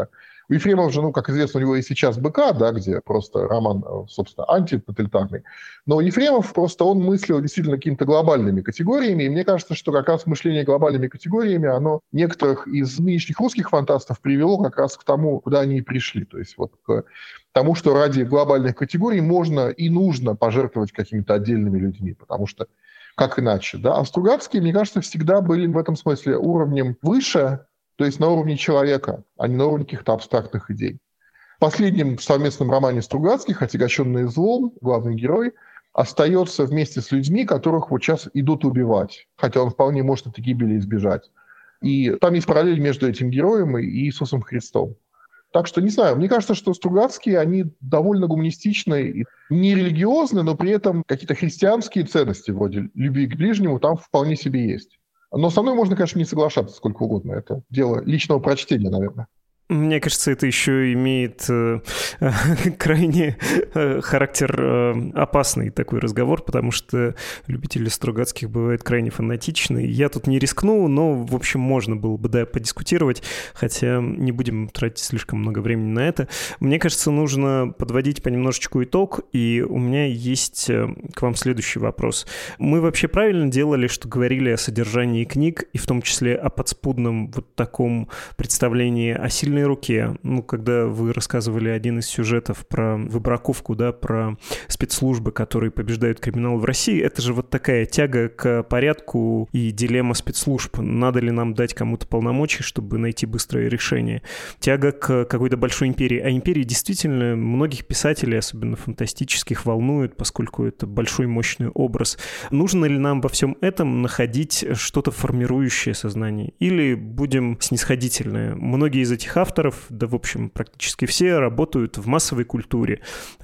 У Ефремова же, ну, как известно, у него и сейчас «БК», да, где просто роман, собственно, антитоталитарный. Но Ефремов просто, он мыслил действительно какими-то глобальными категориями, и мне кажется, что как раз мышление глобальными категориями, оно некоторых из нынешних русских фантастов привело как раз к тому, куда они и пришли. То есть вот к тому, что ради глобальных категорий можно и нужно пожертвовать какими-то отдельными людьми, потому что как иначе, да? А Стругацкие, мне кажется, всегда были в этом смысле уровнем выше, то есть на уровне человека, а не на уровне каких-то абстрактных идей. В последнем совместном романе Стругацких «Отягощенный злом» главный герой остается вместе с людьми, которых вот сейчас идут убивать, хотя он вполне может этой гибели избежать. И там есть параллель между этим героем и Иисусом Христом. Так что, не знаю, мне кажется, что Стругацкие, они довольно гуманистичны, не религиозны, но при этом какие-то христианские ценности вроде любви к ближнему там вполне себе есть. Но со мной можно, конечно, не соглашаться сколько угодно. Это дело личного прочтения, наверное. Мне кажется, это еще имеет э, э, крайне э, характер э, опасный такой разговор, потому что любители Стругацких бывают крайне фанатичны. Я тут не рискну, но, в общем, можно было бы, да, подискутировать, хотя не будем тратить слишком много времени на это. Мне кажется, нужно подводить понемножечку итог, и у меня есть к вам следующий вопрос. Мы вообще правильно делали, что говорили о содержании книг, и в том числе о подспудном вот таком представлении о сильной руке. Ну, когда вы рассказывали один из сюжетов про выбраковку, да, про спецслужбы, которые побеждают криминал в России, это же вот такая тяга к порядку и дилемма спецслужб. Надо ли нам дать кому-то полномочия, чтобы найти быстрое решение? Тяга к какой-то большой империи. А империи действительно многих писателей, особенно фантастических, волнует, поскольку это большой мощный образ. Нужно ли нам во всем этом находить что-то формирующее сознание? Или будем снисходительны? Многие из этих авторов авторов, да, в общем, практически все работают в массовой культуре.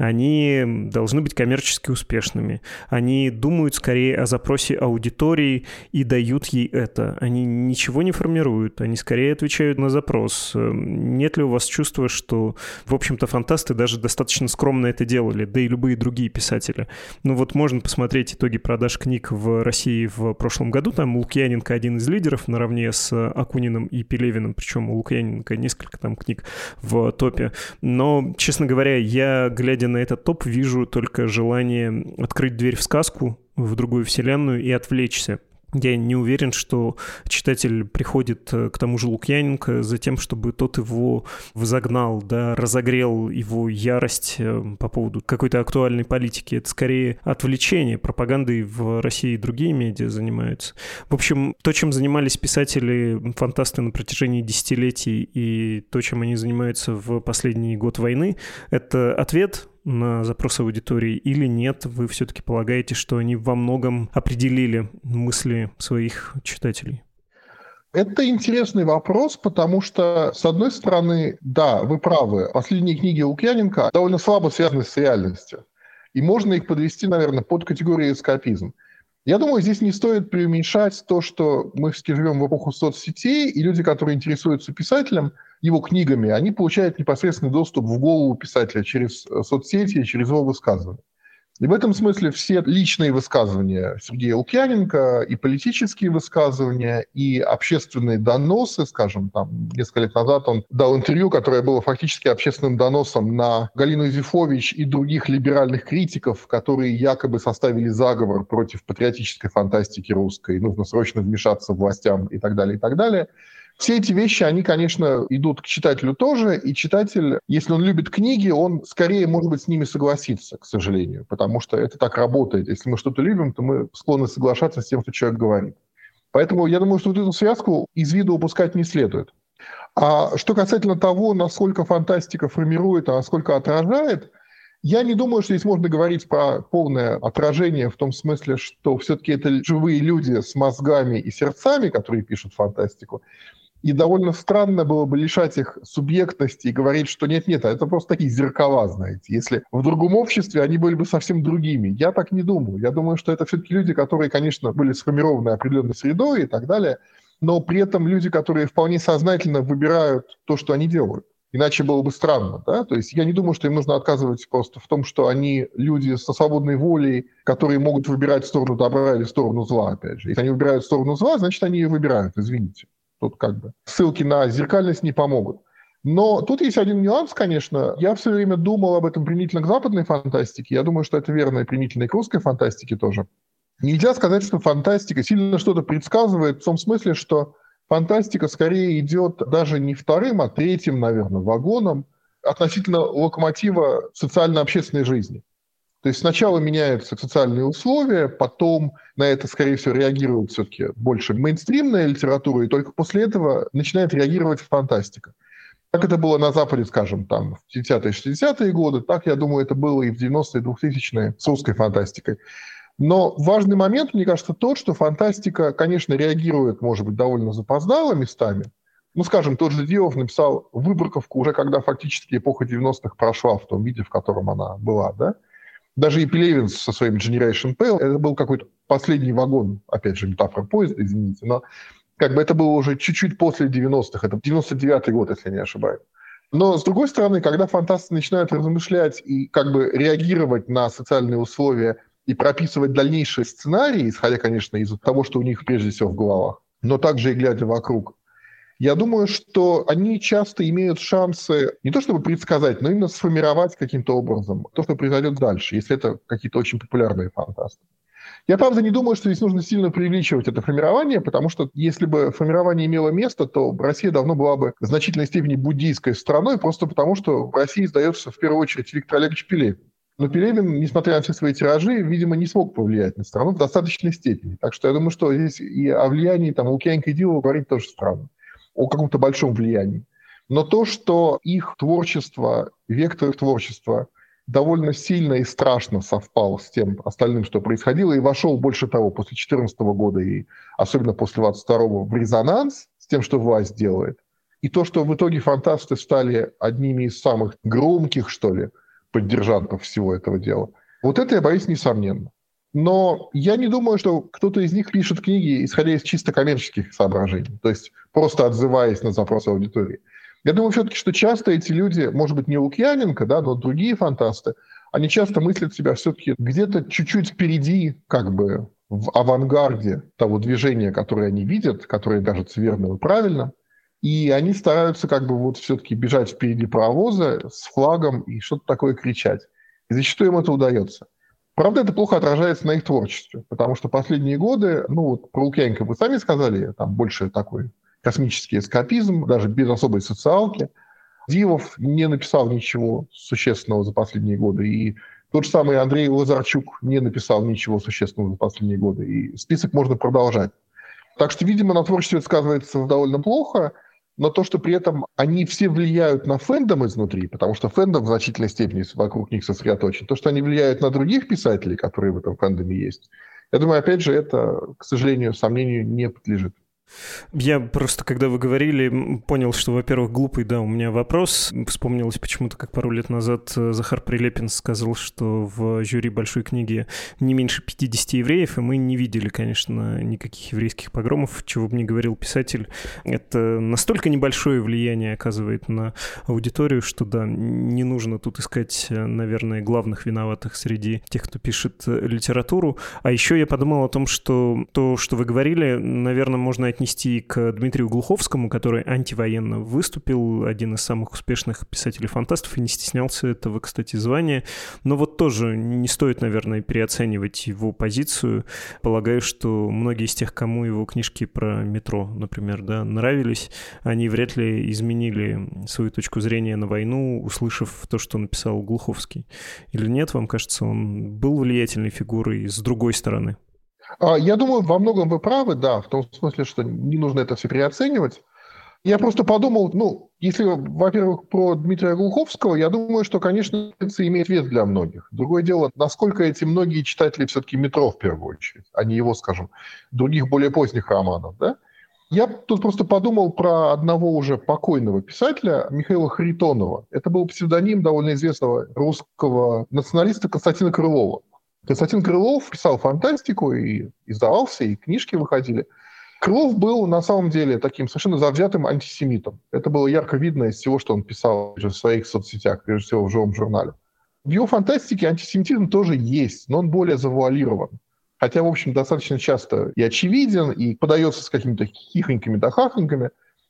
Они должны быть коммерчески успешными. Они думают скорее о запросе аудитории и дают ей это. Они ничего не формируют, они скорее отвечают на запрос. Нет ли у вас чувства, что, в общем-то, фантасты даже достаточно скромно это делали, да и любые другие писатели? Ну вот можно посмотреть итоги продаж книг в России в прошлом году. Там Лукьяненко один из лидеров наравне с Акуниным и Пелевиным, причем у Лукьяненко несколько там книг в топе. Но, честно говоря, я, глядя на этот топ, вижу только желание открыть дверь в сказку, в другую вселенную и отвлечься. Я не уверен, что читатель приходит к тому же Лукьяненко за тем, чтобы тот его возогнал, да, разогрел его ярость по поводу какой-то актуальной политики. Это скорее отвлечение. Пропагандой в России другие медиа занимаются. В общем, то, чем занимались писатели-фантасты на протяжении десятилетий, и то, чем они занимаются в последний год войны, это ответ на запрос аудитории или нет? Вы все-таки полагаете, что они во многом определили мысли своих читателей? Это интересный вопрос, потому что, с одной стороны, да, вы правы, последние книги Лукьяненко довольно слабо связаны с реальностью. И можно их подвести, наверное, под категорию эскапизм. Я думаю, здесь не стоит преуменьшать то, что мы все живем в эпоху соцсетей, и люди, которые интересуются писателем, его книгами, они получают непосредственный доступ в голову писателя через соцсети, через его высказывания. И в этом смысле все личные высказывания Сергея Лукьяненко, и политические высказывания, и общественные доносы, скажем, там, несколько лет назад он дал интервью, которое было фактически общественным доносом на Галину Юзефович и других либеральных критиков, которые якобы составили заговор против патриотической фантастики русской, нужно срочно вмешаться властям и так далее, и так далее. Все эти вещи, они, конечно, идут к читателю тоже, и читатель, если он любит книги, он скорее, может быть, с ними согласится, к сожалению, потому что это так работает. Если мы что-то любим, то мы склонны соглашаться с тем, что человек говорит. Поэтому я думаю, что вот эту связку из виду упускать не следует. А что касательно того, насколько фантастика формирует, а насколько отражает, я не думаю, что здесь можно говорить про полное отражение в том смысле, что все-таки это живые люди с мозгами и сердцами, которые пишут фантастику. И довольно странно было бы лишать их субъектности и говорить, что нет-нет, это просто такие зеркала, знаете. Если в другом обществе они были бы совсем другими. Я так не думаю. Я думаю, что это все-таки люди, которые, конечно, были сформированы определенной средой и так далее, но при этом люди, которые вполне сознательно выбирают то, что они делают. Иначе было бы странно, да? То есть я не думаю, что им нужно отказывать просто в том, что они люди со свободной волей, которые могут выбирать сторону добра или сторону зла, опять же. Если они выбирают сторону зла, значит, они ее выбирают, извините. Тут как бы ссылки на зеркальность не помогут. Но тут есть один нюанс, конечно. Я все время думал об этом применительно к западной фантастике. Я думаю, что это верно и применительно и к русской фантастике тоже. Нельзя сказать, что фантастика сильно что-то предсказывает в том смысле, что фантастика скорее идет даже не вторым, а третьим, наверное, вагоном относительно локомотива социально-общественной жизни. То есть сначала меняются социальные условия, потом на это, скорее всего, реагирует все-таки больше мейнстримная литература, и только после этого начинает реагировать фантастика. Как это было на Западе, скажем, там, в пятидесятые-шестидесятые годы, так, я думаю, это было и в девяностые и двухтысячные с русской фантастикой. Но важный момент, мне кажется, тот, что фантастика, конечно, реагирует, может быть, довольно запоздало местами. Ну, скажем, тот же Диов написал «Выборковку» уже когда фактически эпоха девяностых прошла в том виде, в котором она была, да? Даже и Пелевин со своим Generation Pale, это был какой-то последний вагон, опять же, метафора поезда, извините, но как бы это было уже чуть-чуть после девяностых, это девяносто девятый год, если не ошибаюсь. Но, с другой стороны, когда фантасты начинают размышлять и как бы реагировать на социальные условия и прописывать дальнейшие сценарии, исходя, конечно, из того, что у них прежде всего в головах, но также и глядя вокруг, я думаю, что они часто имеют шансы не то чтобы предсказать, но именно сформировать каким-то образом то, что произойдет дальше, если это какие-то очень популярные фантасты. Я, правда, не думаю, что здесь нужно сильно преувеличивать это формирование, потому что если бы формирование имело место, то Россия давно была бы в значительной степени буддийской страной, просто потому что в России издается в первую очередь Виктор Олегович Пелевин. Но Пелевин, несмотря на все свои тиражи, видимо, не смог повлиять на страну в достаточной степени. Так что я думаю, что здесь и о влиянии там, Лукьяненко и Дилова говорить тоже странно, о каком-то большом влиянии. Но то, что их творчество, вектор их творчества довольно сильно и страшно совпал с тем остальным, что происходило, и вошел, больше того, после две тысячи четырнадцатого года и особенно после двадцать второго в резонанс с тем, что власть делает. И то, что в итоге фантасты стали одними из самых громких, что ли, поддержанков всего этого дела. Вот это, я боюсь, несомненно. Но я не думаю, что кто-то из них пишет книги, исходя из чисто коммерческих соображений, то есть просто отзываясь на запросы аудитории. Я думаю все-таки, что часто эти люди, может быть, не Лукьяненко, да, но другие фантасты, они часто мыслят себя все-таки где-то чуть-чуть впереди, как бы в авангарде того движения, которое они видят, которое кажется верным и правильным, и они стараются как бы вот все-таки бежать впереди паровоза с флагом и что-то такое кричать. И зачастую им это удается. Правда, это плохо отражается на их творчестве, потому что последние годы, ну вот про Лукьяненко вы сами сказали, там больше такой космический эскапизм, даже без особой социалки. Дивов не написал ничего существенного за последние годы, и тот же самый Андрей Лазарчук не написал ничего существенного за последние годы, и список можно продолжать. Так что, видимо, на творчестве это сказывается довольно плохо, но то, что при этом они все влияют на фэндом изнутри, потому что фэндом в значительной степени вокруг них сосредоточен, то, что они влияют на других писателей, которые в этом фэндоме есть, я думаю, опять же, это, к сожалению, сомнению не подлежит. Я просто, когда вы говорили, понял, что, во-первых, глупый, да, у меня вопрос. Вспомнилось почему-то, как пару лет назад Захар Прилепин сказал, что в жюри большой книги не меньше пятидесяти евреев, и мы не видели, конечно, никаких еврейских погромов, чего бы ни говорил писатель. Это настолько небольшое влияние оказывает на аудиторию, что, да, не нужно тут искать, наверное, главных виноватых среди тех, кто пишет литературу. А еще я подумал о том, что то, что вы говорили, наверное, можно отнести к Дмитрию Глуховскому, который антивоенно выступил, один из самых успешных писателей-фантастов, и не стеснялся этого, кстати, звания. Но вот тоже не стоит, наверное, переоценивать его позицию. Полагаю, что многие из тех, кому его книжки про метро, например, да, нравились, они вряд ли изменили свою точку зрения на войну, услышав то, что написал Глуховский. Или нет, вам кажется, он был влиятельной фигурой с другой стороны? Я думаю, во многом вы правы, да, в том смысле, что не нужно это все переоценивать. Я просто подумал, ну, если, во-первых, про Дмитрия Глуховского, я думаю, что, конечно, это имеет вес для многих. Другое дело, насколько эти многие читатели все-таки «Метро» в первую очередь, а не его, скажем, других более поздних романов, да? Я тут просто подумал про одного уже покойного писателя, Михаила Харитонова. Это был псевдоним довольно известного русского националиста Константина Крылова. Константин Крылов писал фантастику, и издавался, и книжки выходили. Крылов был на самом деле таким совершенно завзятым антисемитом. Это было ярко видно из всего, что он писал в своих соцсетях, прежде всего в живом журнале. В его фантастике антисемитизм тоже есть, но он более завуалирован. Хотя, в общем, достаточно часто и очевиден, и подается с какими-то хихоньками да хахоньками.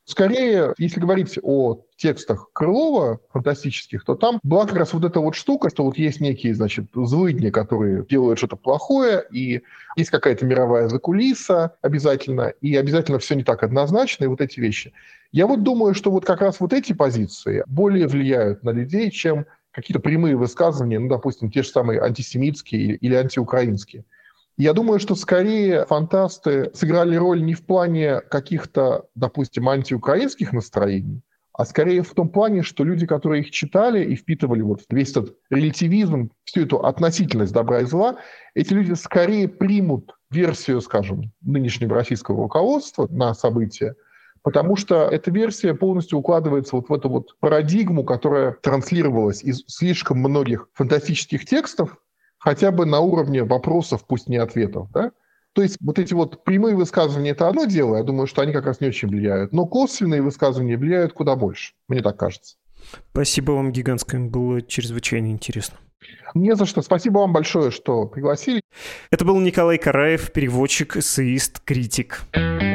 Скорее, если говорить о текстах Крылова фантастических, то там была как раз вот эта вот штука, что вот есть некие, значит, злыдни, которые делают что-то плохое, и есть какая-то мировая закулиса обязательно, и обязательно все не так однозначно, и вот эти вещи. Я вот думаю, что вот как раз вот эти позиции более влияют на людей, чем какие-то прямые высказывания, ну, допустим, те же самые антисемитские или антиукраинские. Я думаю, что скорее фантасты сыграли роль не в плане каких-то, допустим, антиукраинских настроений, а скорее в том плане, что люди, которые их читали и впитывали вот весь этот релятивизм, всю эту относительность добра и зла, эти люди скорее примут версию, скажем, нынешнего российского руководства на события, потому что эта версия полностью укладывается вот в эту вот парадигму, которая транслировалась из слишком многих фантастических текстов, хотя бы на уровне вопросов, пусть не ответов, да? То есть вот эти вот прямые высказывания – это одно дело, я думаю, что они как раз не очень влияют, но косвенные высказывания влияют куда больше, мне так кажется. Спасибо вам гигантское, было чрезвычайно интересно. Не за что. Спасибо вам большое, что пригласили. Это был Николай Караев, переводчик, эссеист, критик.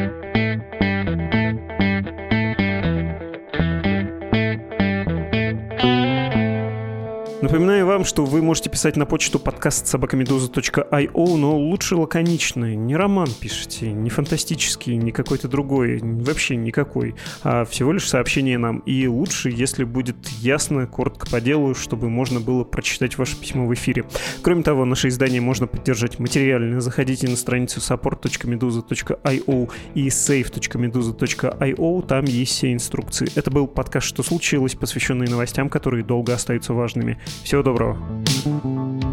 Напоминаю вам, что вы можете писать на почту подкаст собака медуза точка ай о, но лучше лаконично. Не роман пишите, не фантастический, не какой-то другой, вообще никакой, а всего лишь сообщение нам. И лучше, если будет ясно, коротко по делу, чтобы можно было прочитать ваше письмо в эфире. Кроме того, наше издание можно поддержать материально. Заходите на страницу саппорт точка медуза точка ай о и сейв точка медуза точка ай о, там есть все инструкции. Это был подкаст «Что случилось?», посвященный новостям, которые долго остаются важными. Всего доброго.